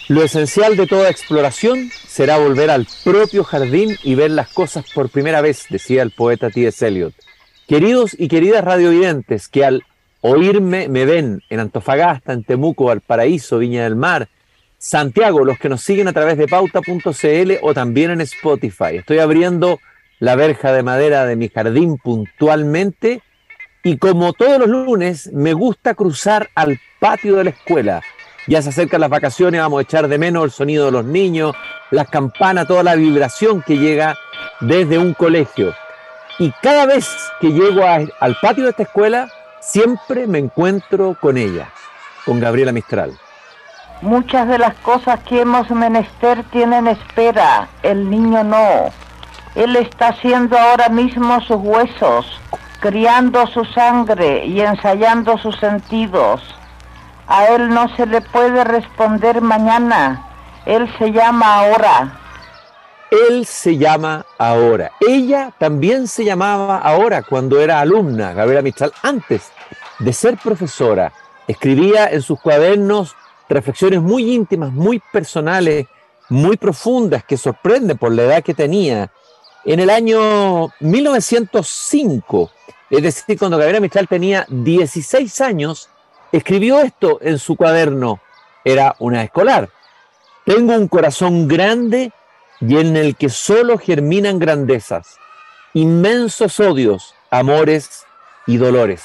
Lo esencial de toda exploración será volver al propio jardín y ver las cosas por primera vez, decía el poeta T.S. Eliot. Queridos y queridas radiovidentes que al oírme me ven en Antofagasta, en Temuco, Valparaíso, Viña del Mar, Santiago, los que nos siguen a través de pauta.cl o también en Spotify. Estoy abriendo la verja de madera de mi jardín puntualmente y como todos los lunes me gusta cruzar al patio de la escuela. Ya se acercan las vacaciones, vamos a echar de menos el sonido de los niños, las campanas, toda la vibración que llega desde un colegio. Y cada vez que llego al patio de esta escuela, siempre me encuentro con ella, con Gabriela Mistral. Muchas de las cosas que hemos menester tienen espera, el niño no. Él está haciendo ahora mismo sus huesos, criando su sangre y ensayando sus sentidos. A él no se le puede responder mañana, él se llama ahora. Él se llama ahora. Ella también se llamaba ahora cuando era alumna, Gabriela Mistral, antes de ser profesora. Escribía en sus cuadernos reflexiones muy íntimas, muy personales, muy profundas, que sorprenden por la edad que tenía. En el año 1905, es decir, cuando Gabriela Mistral tenía 16 años, escribió esto en su cuaderno. Era una escolar. Tengo un corazón grande y en el que solo germinan grandezas, inmensos odios, amores y dolores.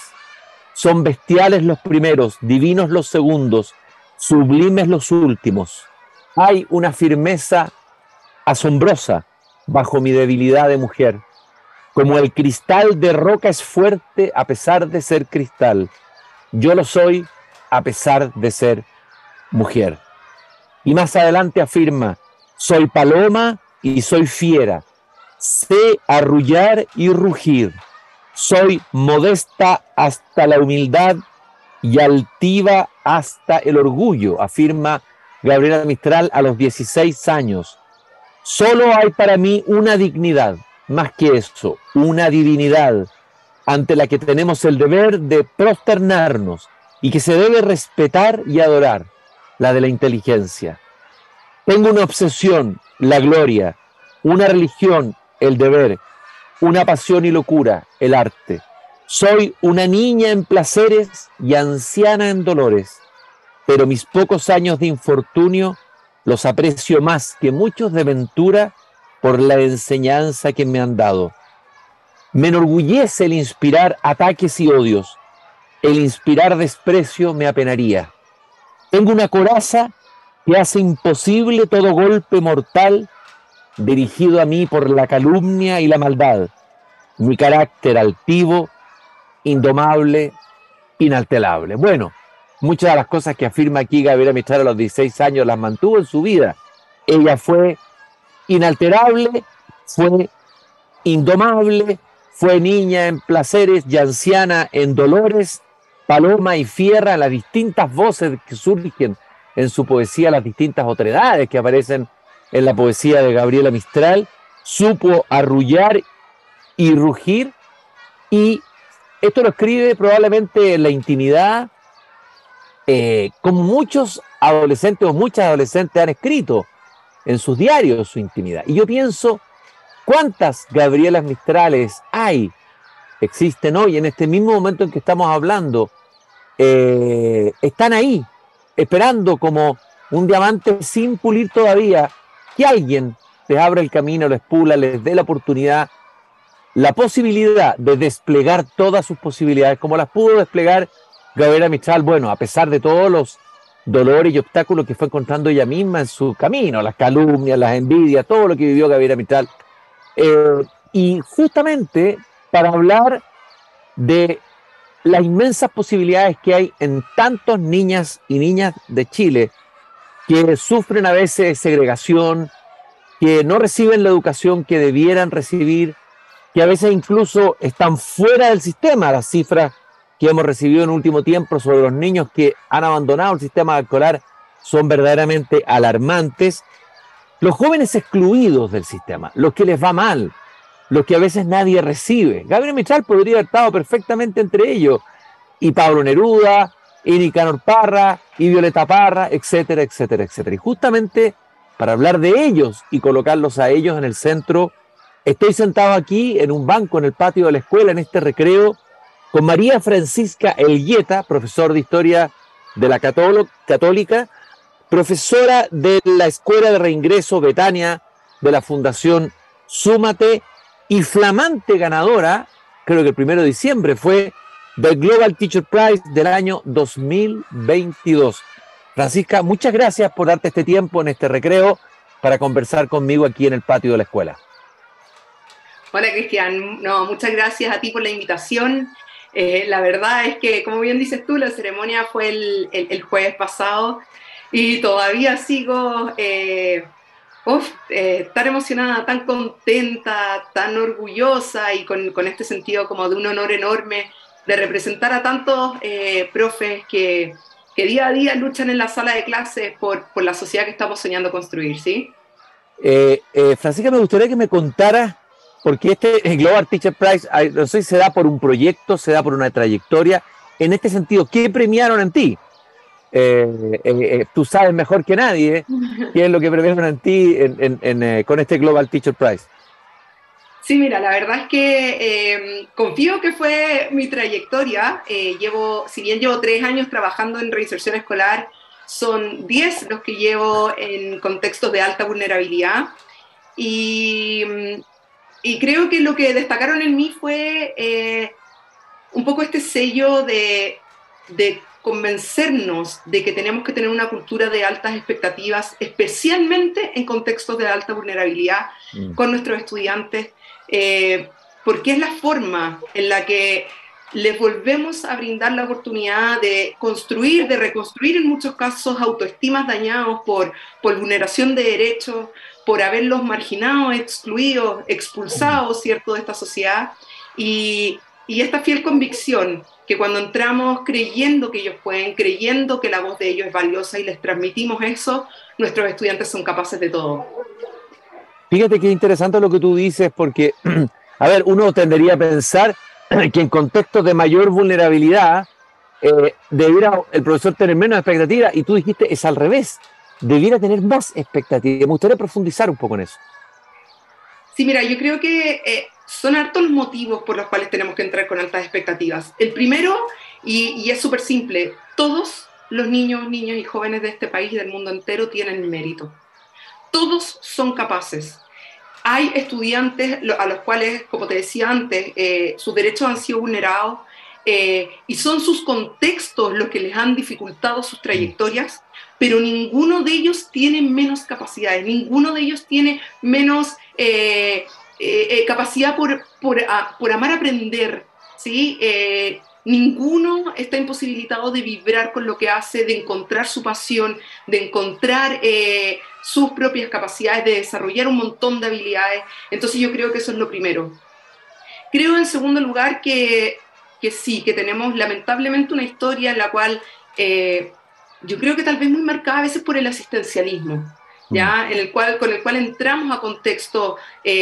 Son bestiales los primeros, divinos los segundos, sublimes los últimos. Hay una firmeza asombrosa bajo mi debilidad de mujer. Como el cristal de roca es fuerte a pesar de ser cristal, yo lo soy a pesar de ser mujer. Y más adelante afirma, soy paloma y soy fiera, sé arrullar y rugir, soy modesta hasta la humildad y altiva hasta el orgullo, afirma Gabriela Mistral a los 16 años. Solo hay para mí una dignidad, más que eso, una divinidad, ante la que tenemos el deber de prosternarnos y que se debe respetar y adorar, la de la inteligencia. Tengo una obsesión, la gloria, una religión, el deber, una pasión y locura, el arte. Soy una niña en placeres y anciana en dolores, pero mis pocos años de infortunio los aprecio más que muchos de ventura por la enseñanza que me han dado. Me enorgullece el inspirar ataques y odios, el inspirar desprecio me apenaría. Tengo una coraza que hace imposible todo golpe mortal dirigido a mí por la calumnia y la maldad. Mi carácter altivo, indomable, inalterable. Bueno, muchas de las cosas que afirma aquí Gabriela Mistral a los 16 años las mantuvo en su vida. Ella fue inalterable, fue indomable, fue niña en placeres y anciana en dolores, paloma y fiera, las distintas voces que surgen en su poesía, las distintas otredades que aparecen en la poesía de Gabriela Mistral, supo arrullar y rugir, y esto lo escribe probablemente en la intimidad, como muchos adolescentes o muchas adolescentes han escrito en sus diarios su intimidad. Y yo pienso, ¿cuántas Gabrielas Mistrales existen hoy, en este mismo momento en que estamos hablando? Están ahí, esperando como un diamante sin pulir todavía, que alguien les abra el camino, les pula, les dé la oportunidad, la posibilidad de desplegar todas sus posibilidades, como las pudo desplegar Gabriela Mistral, bueno, a pesar de todos los dolores y obstáculos que fue encontrando ella misma en su camino, las calumnias, las envidias, todo lo que vivió Gabriela Mistral. Y justamente para hablar de las inmensas posibilidades que hay en tantos niñas y niñas de Chile que sufren a veces segregación, que no reciben la educación que debieran recibir, que a veces incluso están fuera del sistema. Las cifras que hemos recibido en último tiempo sobre los niños que han abandonado el sistema escolar son verdaderamente alarmantes. Los jóvenes excluidos del sistema, los que les va mal, los que a veces nadie recibe. Gabriela Mistral podría haber estado perfectamente entre ellos, y Pablo Neruda, y Nicanor Parra, y Violeta Parra, etcétera, etcétera, etcétera. Y justamente para hablar de ellos y colocarlos a ellos en el centro, estoy sentado aquí en un banco en el patio de la escuela, en este recreo, con María Francisca Elgueta, profesor de Historia de la Católica, profesora de la Escuela de Reingreso Betania de la Fundación Súmate y flamante ganadora, creo que el 1 de diciembre fue, del Global Teacher Prize del año 2022. Francisca, muchas gracias por darte este tiempo en este recreo para conversar conmigo aquí en el patio de la escuela. Hola Cristian, no, muchas gracias a ti por la invitación. La verdad es que, como bien dices tú, la ceremonia fue el jueves pasado y todavía sigo tan emocionada, tan contenta, tan orgullosa y con este sentido como de un honor enorme de representar a tantos profes que día a día luchan en la sala de clases por la sociedad que estamos soñando construir, ¿sí? Francisca, me gustaría que me contaras, porque el Global Teacher Prize, no sé si se da por un proyecto, se da por una trayectoria. En este sentido, ¿qué premiaron en ti? Tú sabes mejor que nadie qué es lo que premiaron en ti con este Global Teacher Prize. Sí, mira, la verdad es que confío que fue mi trayectoria. Si bien llevo 3 años trabajando en reinserción escolar, son 10 los que llevo en contextos de alta vulnerabilidad. Y creo que lo que destacaron en mí fue un poco este sello de convencernos de que tenemos que tener una cultura de altas expectativas, especialmente en contextos de alta vulnerabilidad con nuestros estudiantes, porque es la forma en la que les volvemos a brindar la oportunidad de construir, de reconstruir en muchos casos autoestimas dañados por vulneración de derechos, por haberlos marginados, excluidos, expulsados, ¿cierto?, de esta sociedad, y esta fiel convicción que cuando entramos creyendo que ellos pueden, creyendo que la voz de ellos es valiosa y les transmitimos eso, nuestros estudiantes son capaces de todo. Fíjate qué interesante lo que tú dices, porque, a ver, uno tendería a pensar que en contextos de mayor vulnerabilidad debiera el profesor tener menos expectativas, y tú dijiste es al revés, debiera tener más expectativas. Me gustaría profundizar un poco en eso. Sí, mira, yo creo que son hartos los motivos por los cuales tenemos que entrar con altas expectativas. El primero, y es súper simple, todos los niños y jóvenes de este país y del mundo entero tienen mérito. Todos son capaces. Hay estudiantes a los cuales, como te decía antes, sus derechos han sido vulnerados y son sus contextos los que les han dificultado sus trayectorias, pero ninguno de ellos tiene menos capacidades, ninguno de ellos tiene menos capacidad por amar aprender, ¿sí? Ninguno está imposibilitado de vibrar con lo que hace, de encontrar su pasión, de encontrar sus propias capacidades, de desarrollar un montón de habilidades. Entonces yo creo que eso es lo primero. Creo, en segundo lugar, que sí, que tenemos lamentablemente una historia en la cual yo creo que tal vez muy marcada a veces por el asistencialismo, ¿ya? Con el cual entramos a contexto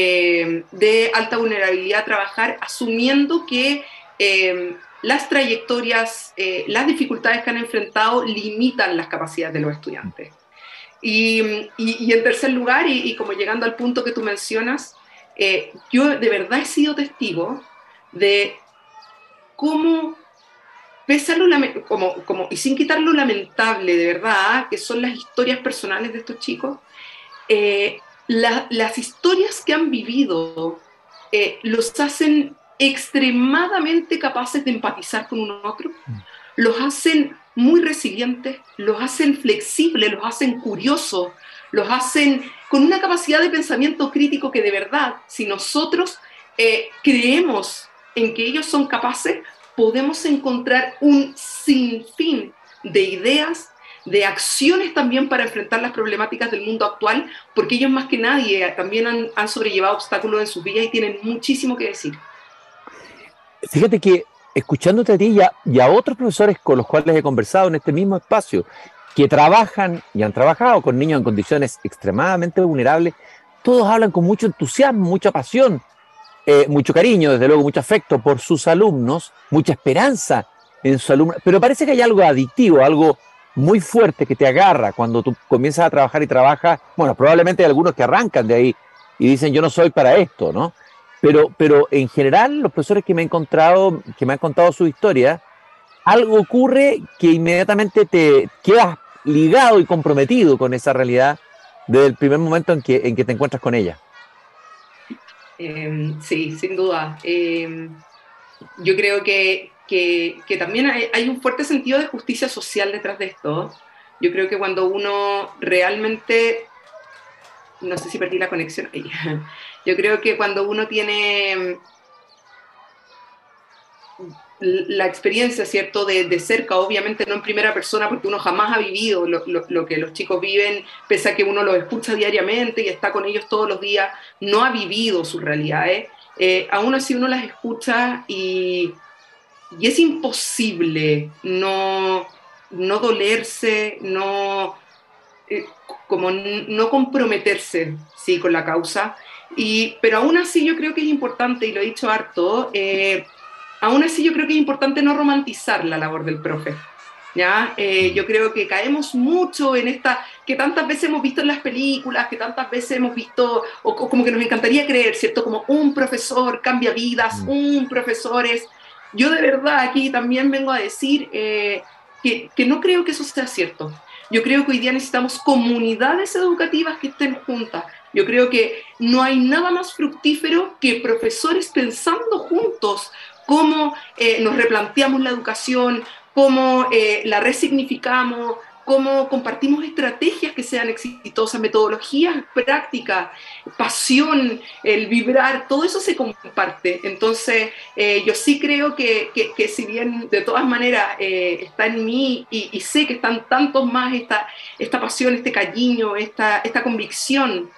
de alta vulnerabilidad a trabajar, asumiendo que las trayectorias, las dificultades que han enfrentado limitan las capacidades de los estudiantes. Y en tercer lugar, y como llegando al punto que tú mencionas, yo de verdad he sido testigo de cómo, pese a y sin quitar lo lamentable de verdad, que son las historias personales de estos chicos, las historias que han vivido los hacen extremadamente capaces de empatizar con uno otro, los hacen muy resilientes, los hacen flexibles, los hacen curiosos, los hacen con una capacidad de pensamiento crítico que de verdad, si nosotros creemos en que ellos son capaces, podemos encontrar un sinfín de ideas, de acciones también para enfrentar las problemáticas del mundo actual, porque ellos más que nadie también han sobrellevado obstáculos en sus vidas y tienen muchísimo que decir. Fíjate que escuchándote a ti y a otros profesores con los cuales he conversado en este mismo espacio, que trabajan y han trabajado con niños en condiciones extremadamente vulnerables, todos hablan con mucho entusiasmo, mucha pasión, mucho cariño, desde luego mucho afecto por sus alumnos, mucha esperanza en su alumno, pero parece que hay algo adictivo, algo muy fuerte que te agarra cuando tú comienzas a trabajar y trabajas. Bueno, probablemente hay algunos que arrancan de ahí y dicen yo no soy para esto, ¿no? Pero en general los profesores que me he encontrado, que me han contado su historia, algo ocurre que inmediatamente te quedas ligado y comprometido con esa realidad desde el primer momento en que te encuentras con ella. Sí, sin duda. Yo creo que también hay un fuerte sentido de justicia social detrás de esto. Yo creo que cuando uno realmente, no sé si perdí la conexión ahí. Yo creo que cuando uno tiene la experiencia, ¿cierto?, de cerca, obviamente no en primera persona, porque uno jamás ha vivido lo que los chicos viven, pese a que uno los escucha diariamente y está con ellos todos los días, no ha vivido sus realidades. Aún así uno las escucha y es imposible no dolerse, como no comprometerse, sí, con la causa. Pero aún así yo creo que es importante, y lo he dicho harto, aún así yo creo que es importante no romantizar la labor del profe. ¿Ya? Yo creo que caemos mucho en esta, que tantas veces hemos visto en las películas, que tantas veces hemos visto, o como que nos encantaría creer, ¿cierto? Como un profesor cambia vidas, un profesor es... Yo de verdad aquí también vengo a decir que no creo que eso sea cierto. Yo creo que hoy día necesitamos comunidades educativas que estén juntas. Yo creo que no hay nada más fructífero que profesores pensando juntos cómo nos replanteamos la educación, cómo la resignificamos, cómo compartimos estrategias que sean exitosas, metodologías prácticas, pasión, el vibrar, todo eso se comparte. Entonces, yo sí creo que si bien de todas maneras está en mí y sé que están tantos más esta pasión, este cariño, esta convicción,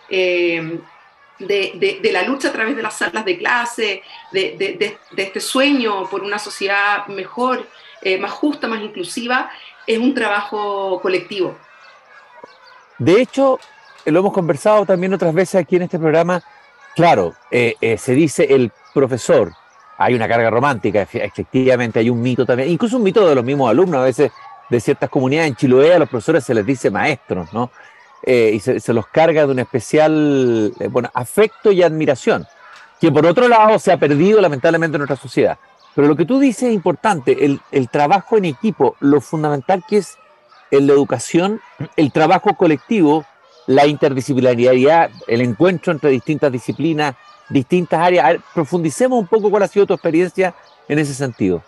de la lucha a través de las salas de clase, de este sueño por una sociedad mejor, más justa, más inclusiva, es un trabajo colectivo. De hecho, lo hemos conversado también otras veces aquí en este programa. Claro, se dice el profesor, hay una carga romántica, efectivamente hay un mito también, incluso un mito de los mismos alumnos, a veces de ciertas comunidades. En Chiloé a los profesores se les dice maestros, ¿no? Y se los carga de un especial, bueno, afecto y admiración, que por otro lado se ha perdido lamentablemente en nuestra sociedad. Pero lo que tú dices es importante, el trabajo en equipo, lo fundamental que es en la educación, el trabajo colectivo, la interdisciplinariedad, el encuentro entre distintas disciplinas, distintas áreas. A ver, profundicemos un poco cuál ha sido tu experiencia en ese sentido.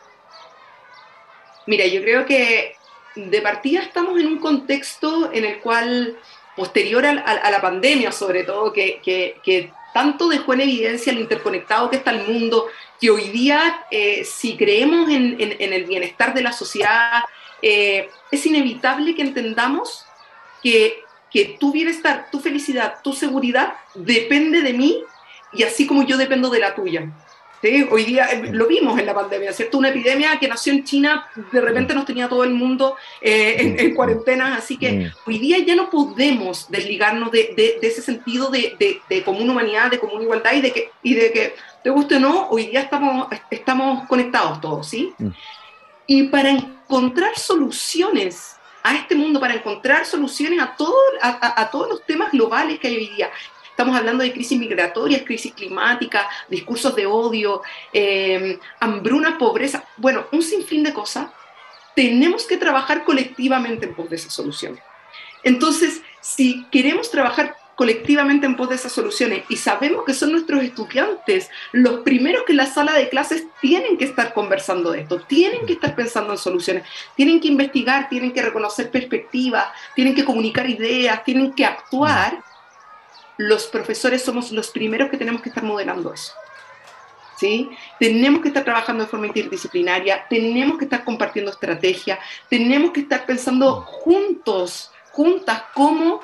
Mira, yo creo que de partida estamos en un contexto en el cual, posterior a la pandemia sobre todo, que tanto dejó en evidencia lo interconectado que está el mundo, que hoy día, si creemos en el bienestar de la sociedad, es inevitable que entendamos que tu bienestar, tu felicidad, tu seguridad depende de mí y así como yo dependo de la tuya. ¿Sí? Hoy día lo vimos en la pandemia, ¿cierto? Una epidemia que nació en China, de repente nos tenía todo el mundo en cuarentena, así que hoy día ya no podemos desligarnos de ese sentido de común humanidad, de común igualdad y de que te guste o no, hoy día estamos conectados todos, ¿sí? Y para encontrar soluciones a este mundo, para encontrar soluciones a todos los temas globales que hay hoy día. Estamos hablando de crisis migratorias, crisis climática, discursos de odio, hambruna, pobreza, bueno, un sinfín de cosas. Tenemos que trabajar colectivamente en pos de esas soluciones. Entonces, si queremos trabajar colectivamente en pos de esas soluciones y sabemos que son nuestros estudiantes los primeros que en la sala de clases tienen que estar conversando de esto, tienen que estar pensando en soluciones, tienen que investigar, tienen que reconocer perspectivas, tienen que comunicar ideas, tienen que actuar, los profesores somos los primeros que tenemos que estar modelando eso. ¿Sí? Tenemos que estar trabajando de forma interdisciplinaria, tenemos que estar compartiendo estrategias, tenemos que estar pensando juntas, cómo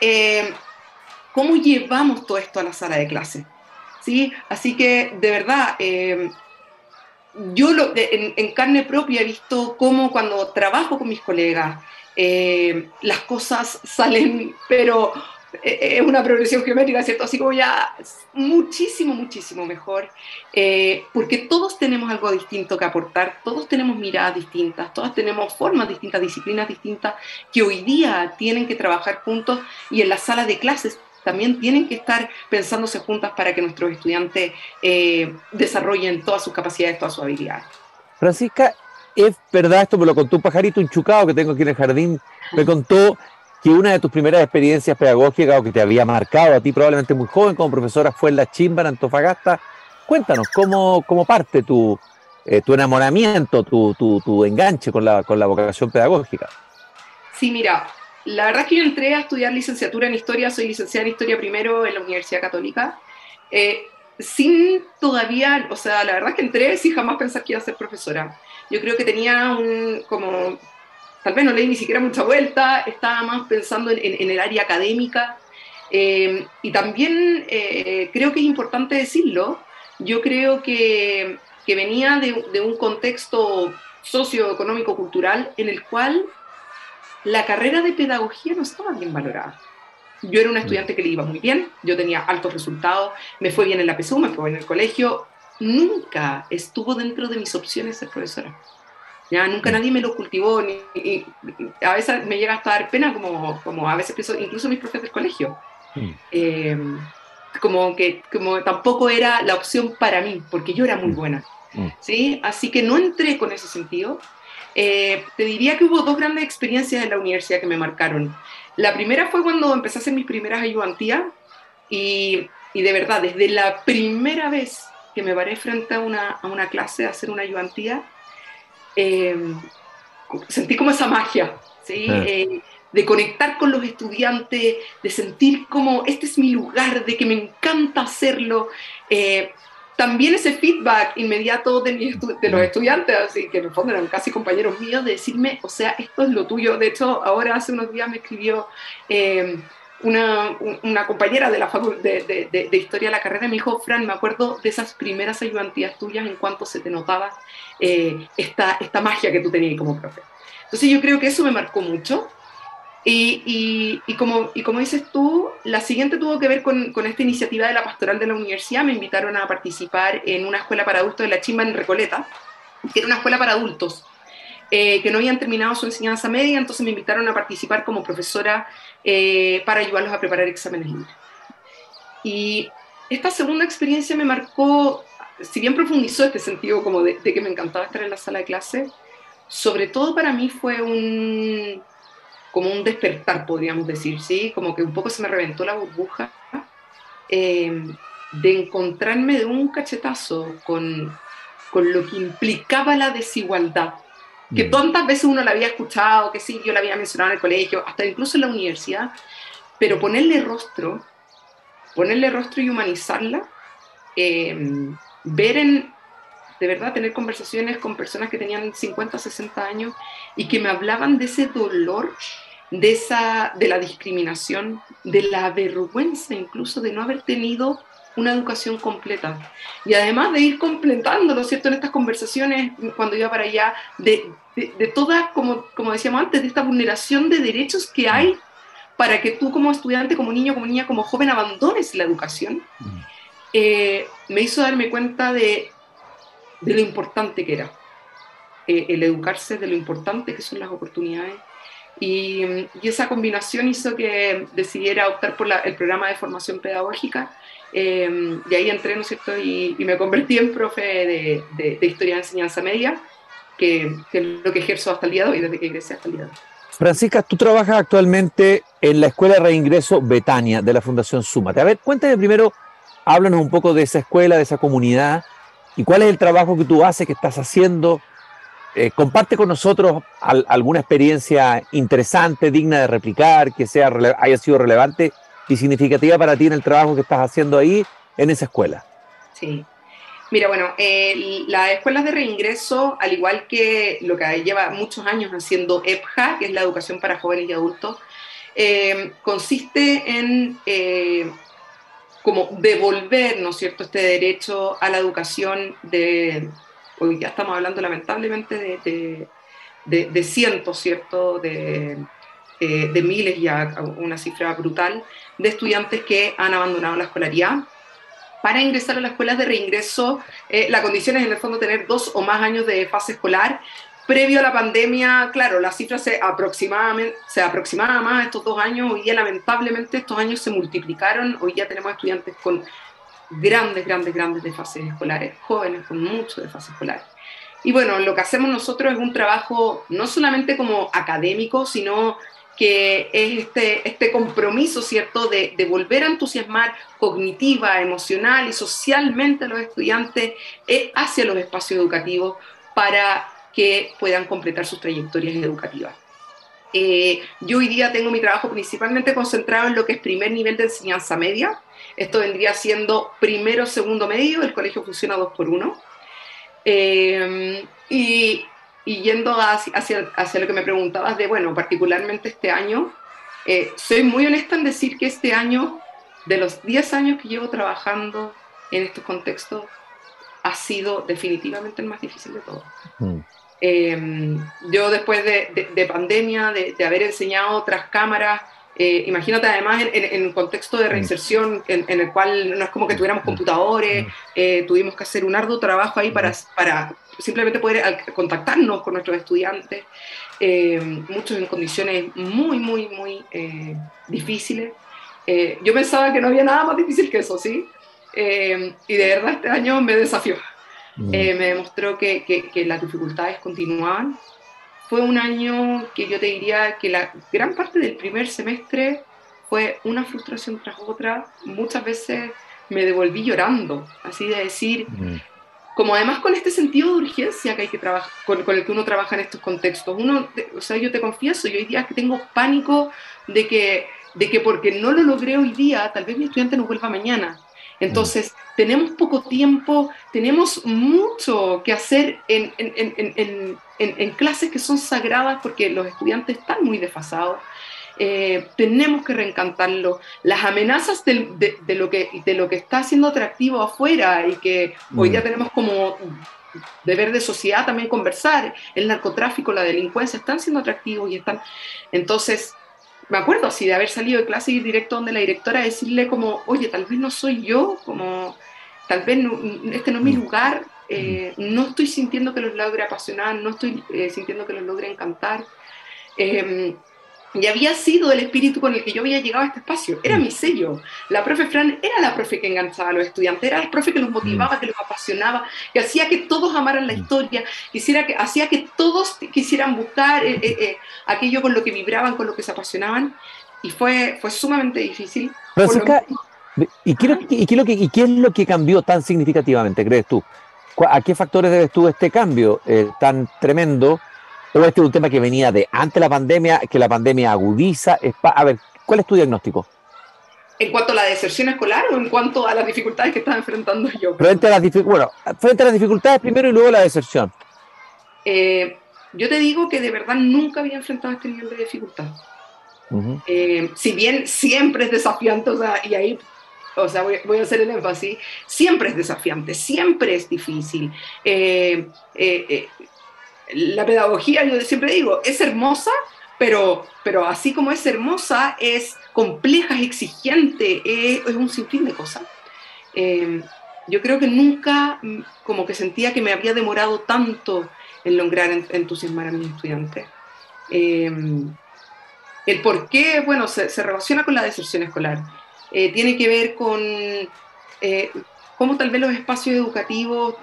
llevamos todo esto a la sala de clase. ¿Sí? Así que, de verdad, yo en carne propia he visto cómo cuando trabajo con mis colegas, las cosas salen, pero es una progresión geométrica, ¿cierto? Así como ya muchísimo, muchísimo mejor, porque todos tenemos algo distinto que aportar, todos tenemos miradas distintas, todos tenemos formas distintas, disciplinas distintas, que hoy día tienen que trabajar juntos y en las salas de clases también tienen que estar pensándose juntas para que nuestros estudiantes desarrollen todas sus capacidades, todas sus habilidades. Francisca, es verdad, esto me lo contó un pajarito, un chucao que tengo aquí en el jardín, me contó que una de tus primeras experiencias pedagógicas o que te había marcado a ti probablemente muy joven como profesora fue en La Chimba, en Antofagasta. Cuéntanos, ¿cómo parte tu enamoramiento, tu enganche con la vocación pedagógica? Sí, mira, la verdad es que yo entré a estudiar licenciatura en Historia, soy licenciada en Historia primero en la Universidad Católica, sin todavía, o sea, la verdad es que entré sin jamás pensar que iba a ser profesora. Yo creo que tenía tal vez no leí ni siquiera mucha vuelta, estaba más pensando en el área académica, y también creo que es importante decirlo, yo creo que venía de un contexto socioeconómico-cultural en el cual la carrera de pedagogía no estaba bien valorada. Yo era una estudiante que le iba muy bien, yo tenía altos resultados, me fue bien en la PSU, me fue bien en el colegio, nunca estuvo dentro de mis opciones ser profesora. Ya, nunca nadie me lo cultivó, y a veces me llega hasta dar pena, como a veces pienso, incluso mis profes del colegio. Como tampoco era la opción para mí, porque yo era muy buena. ¿Sí? Así que no entré con ese sentido. Te diría que hubo dos grandes experiencias en la universidad que me marcaron. La primera fue cuando empecé a hacer mis primeras ayudantías y de verdad, desde la primera vez que me paré frente a una clase a hacer una ayudantía, sentí como esa magia, ¿sí? De conectar con los estudiantes, de sentir como este es mi lugar, de que me encanta hacerlo. También ese feedback inmediato de los estudiantes, así que en el fondo eran casi compañeros míos, de decirme, o sea, esto es lo tuyo. De hecho, ahora hace unos días me escribió una compañera de la de Historia de la carrera, y me dijo, Fran, me acuerdo de esas primeras ayudantías tuyas en cuanto se te notaba esta magia que tú tenías como profe. Entonces yo creo que eso me marcó mucho. Y como dices tú, la siguiente tuvo que ver con esta iniciativa de la pastoral de la universidad. Me invitaron a participar en una escuela para adultos de La Chimba en Recoleta, que era una escuela para adultos que no habían terminado su enseñanza media, entonces me invitaron a participar como profesora para ayudarlos a preparar exámenes libres. Y esta segunda experiencia me marcó, si bien profundizó este sentido como de que me encantaba estar en la sala de clase, sobre todo para mí fue como un despertar, podríamos decir, ¿sí? Como que un poco se me reventó la burbuja de encontrarme de un cachetazo con lo que implicaba la desigualdad, que tantas veces uno la había escuchado, que sí, yo la había mencionado en el colegio, hasta incluso en la universidad, pero ponerle rostro y humanizarla, de verdad, tener conversaciones con personas que tenían 50, 60 años y que me hablaban de ese dolor, de la discriminación, de la vergüenza incluso de no haber tenido una educación completa. Y además de ir completándolo, ¿cierto?, en estas conversaciones, cuando iba para allá, de toda, como decíamos antes, de esta vulneración de derechos que hay para que tú como estudiante, como niño, como niña, como joven abandones la educación, me hizo darme cuenta de lo importante que era el educarse, de lo importante que son las oportunidades. Y esa combinación hizo que decidiera optar por el programa de formación pedagógica, y ahí entré, ¿no es cierto?, y me convertí en profe de Historia de Enseñanza Media, que es lo que ejerzo hasta el día de hoy, desde que ingresé hasta el día de hoy. Francisca, tú trabajas actualmente en la Escuela de Reingreso Betania de la Fundación Súmate. A ver, cuéntame primero, háblanos un poco de esa escuela, de esa comunidad, y cuál es el trabajo que tú haces, que estás haciendo. Comparte con nosotros alguna experiencia interesante, digna de replicar, que haya sido relevante y significativa para ti en el trabajo que estás haciendo ahí, en esa escuela. Sí. Mira, bueno, las escuelas de reingreso, al igual que lo que lleva muchos años haciendo EPJA, que es la educación para jóvenes y adultos, consiste en como devolver, ¿no es cierto?, este derecho a la educación hoy ya estamos hablando lamentablemente de cientos, ¿cierto?, de de miles ya, una cifra brutal, de estudiantes que han abandonado la escolaridad. Para ingresar a las escuelas de reingreso, la condición es en el fondo tener 2 o más años de fase escolar. Previo a la pandemia, claro, la cifra se aproximaba más a estos 2 años. Hoy día, lamentablemente, estos años se multiplicaron. Hoy ya tenemos estudiantes con grandes de fases escolares, jóvenes con mucho de fases escolares. Y bueno, lo que hacemos nosotros es un trabajo no solamente como académico, sino que es este compromiso, ¿cierto?, de volver a entusiasmar cognitiva, emocional y socialmente a los estudiantes hacia los espacios educativos para que puedan completar sus trayectorias educativas. Yo hoy día tengo mi trabajo principalmente concentrado en lo que es primer nivel de enseñanza media. Esto vendría siendo primero, segundo medio, el colegio funciona 2x1. Y yendo hacia lo que me preguntabas de, bueno, particularmente este año, soy muy honesta en decir que este año, de los 10 años que llevo trabajando en estos contextos, ha sido definitivamente el más difícil de todos. Yo después de pandemia, de haber enseñado tras cámaras, imagínate además en un contexto de reinserción en el cual no es como que tuviéramos computadores, tuvimos que hacer un arduo trabajo ahí para simplemente poder contactarnos con nuestros estudiantes, muchos en condiciones muy difíciles. Yo pensaba que no había nada más difícil que eso, ¿sí? Y de verdad este año me desafió. Me demostró que las dificultades continuaban. Fue un año que yo te diría que la gran parte del primer semestre fue una frustración tras otra. Muchas veces me devolví llorando, así de decir, como además con este sentido de urgencia que hay que trabajar, con el que uno trabaja en estos contextos. O sea, yo te confieso, yo hoy día que tengo pánico de que porque no lo logré hoy día, tal vez mi estudiante no vuelva mañana. Entonces, tenemos poco tiempo, tenemos mucho que hacer en clases que son sagradas porque los estudiantes están muy desfasados. Tenemos que reencantarlo. Las amenazas de lo que está siendo atractivo afuera y que hoy día tenemos como deber de sociedad también conversar, el narcotráfico, la delincuencia, están siendo atractivos y están... Entonces, me acuerdo así de haber salido de clase y ir directo donde la directora a decirle como, oye, tal vez no soy yo, como tal vez este no es mi lugar, no estoy sintiendo que los logre apasionar, no estoy sintiendo que los logre encantar. Y había sido el espíritu con el que yo había llegado a este espacio, era mi sello. La profe Fran era la profe que enganchaba a los estudiantes, era la profe que los motivaba, que los apasionaba, que hacía que todos amaran la historia, hacía que todos quisieran buscar aquello con lo que vibraban, con lo que se apasionaban, y fue sumamente difícil. Francisca, ¿y qué es lo que cambió tan significativamente, crees tú? ¿A qué factores debes tú este cambio tan tremendo? ¿O este es un tema que venía de antes de la pandemia, que la pandemia agudiza? A ver, ¿cuál es tu diagnóstico? ¿En cuanto a la deserción escolar o en cuanto a las dificultades que estaba enfrentando yo? Frente a las dificultades primero y luego la deserción. Yo te digo que de verdad nunca había enfrentado este nivel de dificultad. Si bien siempre es desafiante, o sea, y ahí... O sea, voy a hacer el énfasis, siempre es desafiante, siempre es difícil. La pedagogía, yo siempre digo, es hermosa, pero así como es hermosa, es compleja, es exigente, es un sinfín de cosas. Yo creo que nunca como que sentía que me había demorado tanto en lograr entusiasmar a mis estudiantes. El por qué, bueno, se relaciona con la deserción escolar. Tiene que ver con cómo tal vez los espacios educativos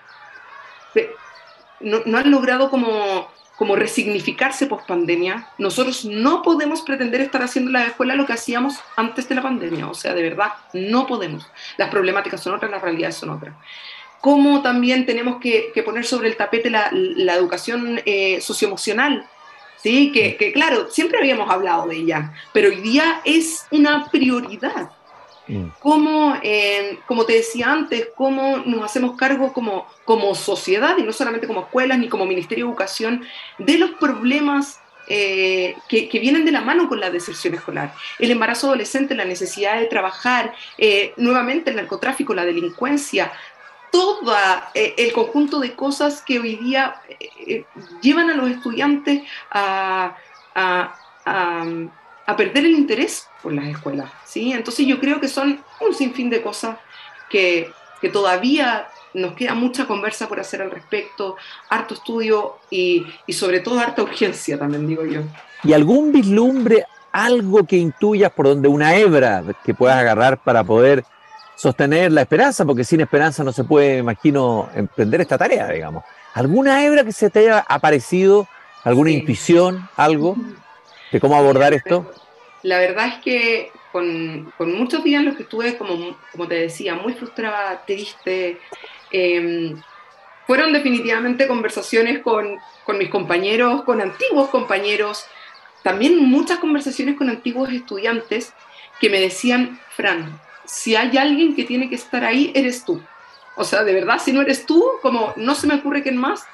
no han logrado como resignificarse post pandemia. Nosotros no podemos pretender estar haciendo en la escuela lo que hacíamos antes de la pandemia, o sea, de verdad, no podemos. Las problemáticas son otras, las realidades son otras. Cómo también tenemos que poner sobre el tapete la educación socioemocional, ¿sí? Que claro, siempre habíamos hablado de ella, pero hoy día es una prioridad. Como te decía antes, cómo nos hacemos cargo como sociedad, y no solamente como escuelas ni como Ministerio de Educación, de los problemas que vienen de la mano con la deserción escolar. El embarazo adolescente, la necesidad de trabajar, nuevamente el narcotráfico, la delincuencia, todo el conjunto de cosas que hoy día llevan a los estudiantes a a, a perder el interés por las escuelas, ¿sí? Entonces yo creo que son un sinfín de cosas que todavía nos queda mucha conversa por hacer al respecto, harto estudio y sobre todo harta urgencia también, digo yo. ¿Y algún vislumbre, algo que intuyas por donde una hebra que puedas agarrar para poder sostener la esperanza? Porque sin esperanza no se puede, imagino, emprender esta tarea, digamos. ¿Alguna hebra que se te haya aparecido, alguna Sí. intuición, algo de cómo abordar esto? La verdad es que con muchos días en los que estuve, como te decía, muy frustrada, triste, fueron definitivamente conversaciones con mis compañeros, con antiguos compañeros, también muchas conversaciones con antiguos estudiantes que me decían, Fran, si hay alguien que tiene que estar ahí, eres tú. O sea, de verdad, si no eres tú, como no se me ocurre quién más.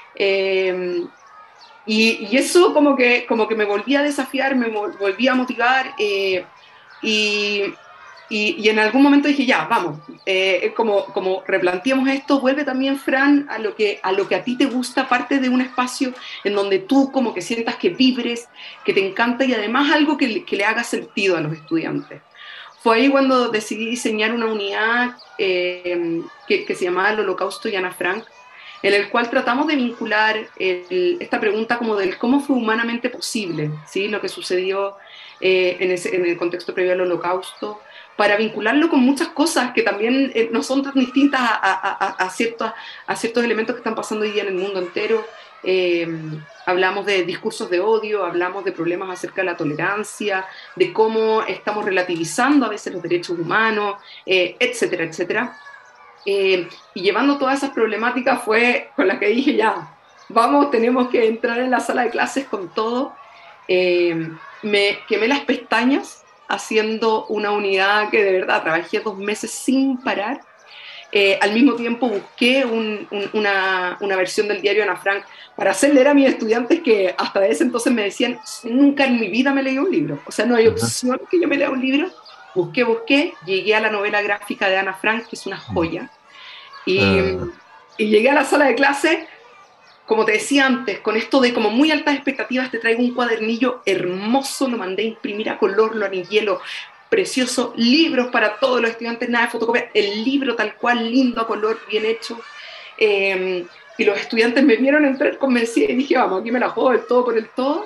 Y eso como que me volvía a desafiar, me volvía a motivar y, y en algún momento dije, ya, vamos, como replanteamos esto, vuelve también, Fran, a lo que a ti te gusta, parte de un espacio en donde tú como que sientas que vibres, que te encanta y además algo que le haga sentido a los estudiantes. Fue ahí cuando decidí diseñar una unidad que se llamaba El Holocausto y Ana Frank, en el cual tratamos de vincular esta pregunta como del cómo fue humanamente posible, ¿sí? Lo que sucedió en el contexto previo al Holocausto, para vincularlo con muchas cosas que también no son tan distintas a ciertos elementos que están pasando hoy día en el mundo entero. Hablamos de discursos de odio, hablamos de problemas acerca de la tolerancia, de cómo estamos relativizando a veces los derechos humanos, etcétera, etcétera. Y llevando todas esas problemáticas fue con las que dije, ya, vamos, tenemos que entrar en la sala de clases con todo. Me quemé las pestañas haciendo una unidad que de verdad trabajé 2 meses sin parar. Al mismo tiempo busqué una versión del diario Ana Frank para hacer leer a mis estudiantes que hasta ese entonces me decían, nunca en mi vida me leí un libro, o sea, no hay opción que yo me lea un libro. Busqué, llegué a la novela gráfica de Ana Frank, que es una joya, y llegué a la sala de clase, como te decía antes, con esto de como muy altas expectativas, te traigo un cuadernillo hermoso, lo mandé a imprimir a color, lo anillé, precioso, libros para todos los estudiantes, nada de fotocopia, el libro tal cual, lindo a color, bien hecho, y los estudiantes me vieron entrar convencida y dije, vamos, aquí me la juego del todo por el todo,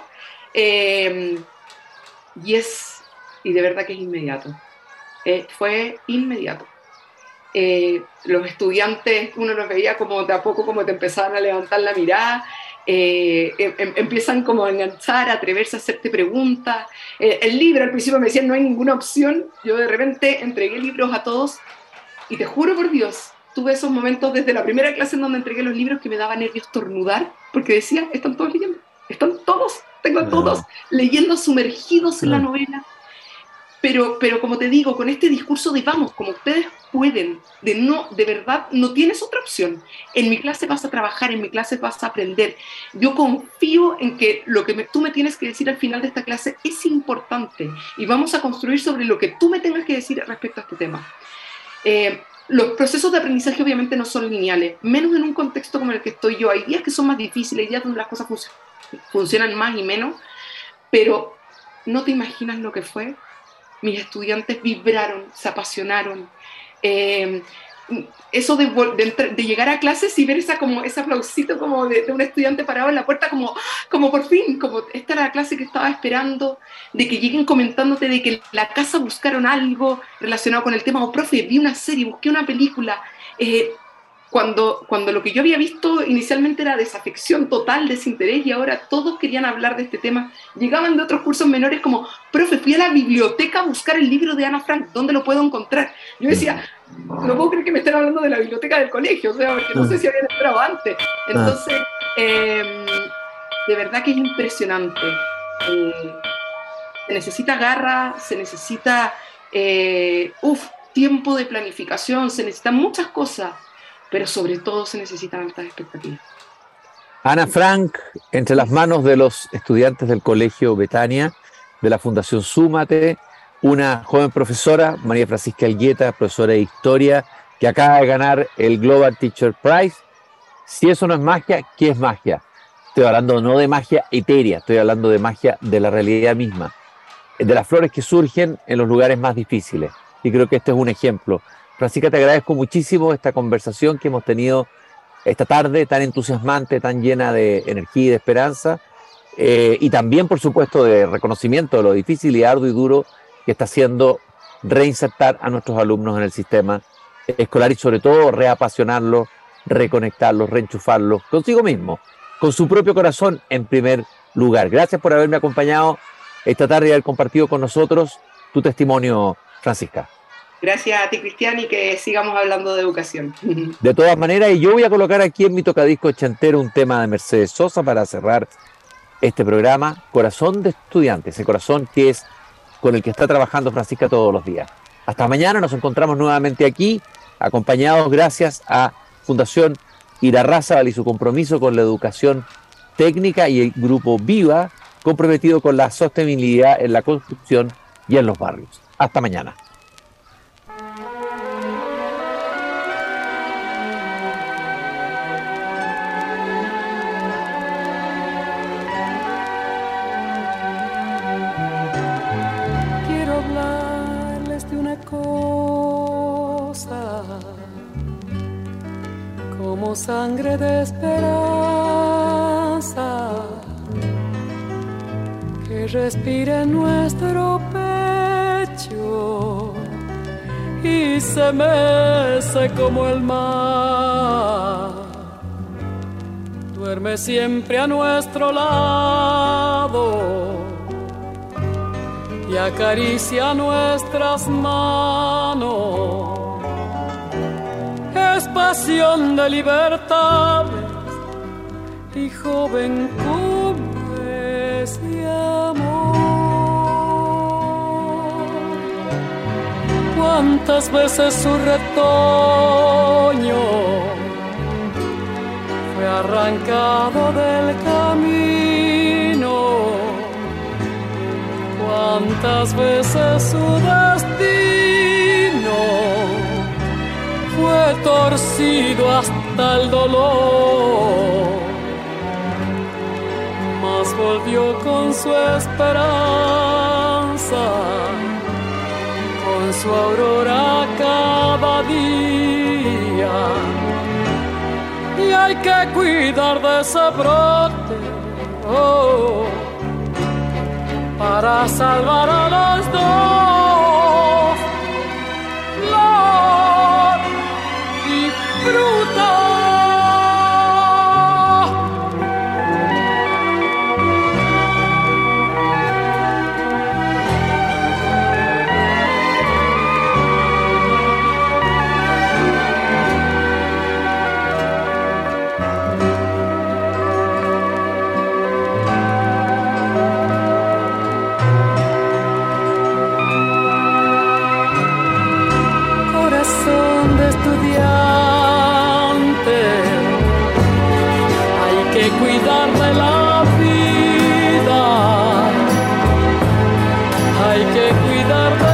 y de verdad que es inmediato, fue inmediato. Los estudiantes, uno los veía como de a poco, como te empezaban a levantar la mirada, empiezan como a enganchar, a atreverse a hacerte preguntas. El libro, al principio me decían no hay ninguna opción, yo de repente entregué libros a todos y te juro por Dios, tuve esos momentos desde la primera clase en donde entregué los libros que me daba nervios tornudar, porque decía, están todos leyendo, tengo a todos leyendo, sumergidos en la novela. Pero como te digo, con este discurso de vamos, como ustedes pueden, de verdad, no tienes otra opción. En mi clase vas a trabajar, en mi clase vas a aprender. Yo confío en que lo que tú me tienes que decir al final de esta clase es importante y vamos a construir sobre lo que tú me tengas que decir respecto a este tema. Los procesos de aprendizaje obviamente no son lineales, menos en un contexto como el que estoy yo. Hay días que son más difíciles, hay días donde las cosas funcionan más y menos, pero no te imaginas lo que fue. Mis estudiantes vibraron, se apasionaron. Eso de llegar a clases y ver ese aplausito como de un estudiante parado en la puerta, como por fin, como esta era la clase que estaba esperando, de que lleguen comentándote de que en la casa buscaron algo relacionado con el tema, o profe, vi una serie, busqué una película. Cuando lo que yo había visto inicialmente era desafección total, desinterés, y ahora todos querían hablar de este tema. Llegaban de otros cursos menores como, profe, fui a la biblioteca a buscar el libro de Ana Frank, ¿dónde lo puedo encontrar? Yo decía, no puedo creer que me estén hablando de la biblioteca del colegio, o sea, porque no sé si habían entrado antes. Entonces, de verdad que es impresionante. Se necesita garra, se necesita tiempo de planificación, se necesitan muchas cosas, pero sobre todo se necesitan altas expectativas. Ana Frank, entre las manos de los estudiantes del Colegio Betania, de la Fundación Súmate, una joven profesora, María Francisca Elgueta, profesora de Historia, que acaba de ganar el Global Teacher Prize. Si eso no es magia, ¿qué es magia? Estoy hablando no de magia etérea, estoy hablando de magia de la realidad misma, de las flores que surgen en los lugares más difíciles. Y creo que este es un ejemplo. Francisca, te agradezco muchísimo esta conversación que hemos tenido esta tarde tan entusiasmante, tan llena de energía y de esperanza, y también, por supuesto, de reconocimiento de lo difícil y arduo y duro que está haciendo reinsertar a nuestros alumnos en el sistema escolar y sobre todo reapasionarlos, reconectarlos, reenchufarlos consigo mismo, con su propio corazón en primer lugar. Gracias por haberme acompañado esta tarde y haber compartido con nosotros tu testimonio, Francisca. Gracias a ti, Cristian, y que sigamos hablando de educación. De todas maneras, y yo voy a colocar aquí en mi tocadisco ochentero un tema de Mercedes Sosa para cerrar este programa, Corazón de Estudiante, ese corazón que es con el que está trabajando Francisca todos los días. Hasta mañana, nos encontramos nuevamente aquí, acompañados gracias a Fundación Irarrázaval y su compromiso con la educación técnica y el Grupo Viva, comprometido con la sostenibilidad en la construcción y en los barrios. Hasta mañana. Como sangre de esperanza que respira en nuestro pecho y se mece como el mar. Duerme siempre a nuestro lado y acaricia nuestras manos. Es pasión de libertades y joven cumbre ese amor. Cuántas veces su retoño fue arrancado del camino, cuántas veces su destino fue torcido hasta el dolor, mas volvió con su esperanza, con su aurora cada día. Y hay que cuidar de ese brote, oh, para salvar a los dos. Flor y fruta. Cuidar de la vida, hay que cuidar de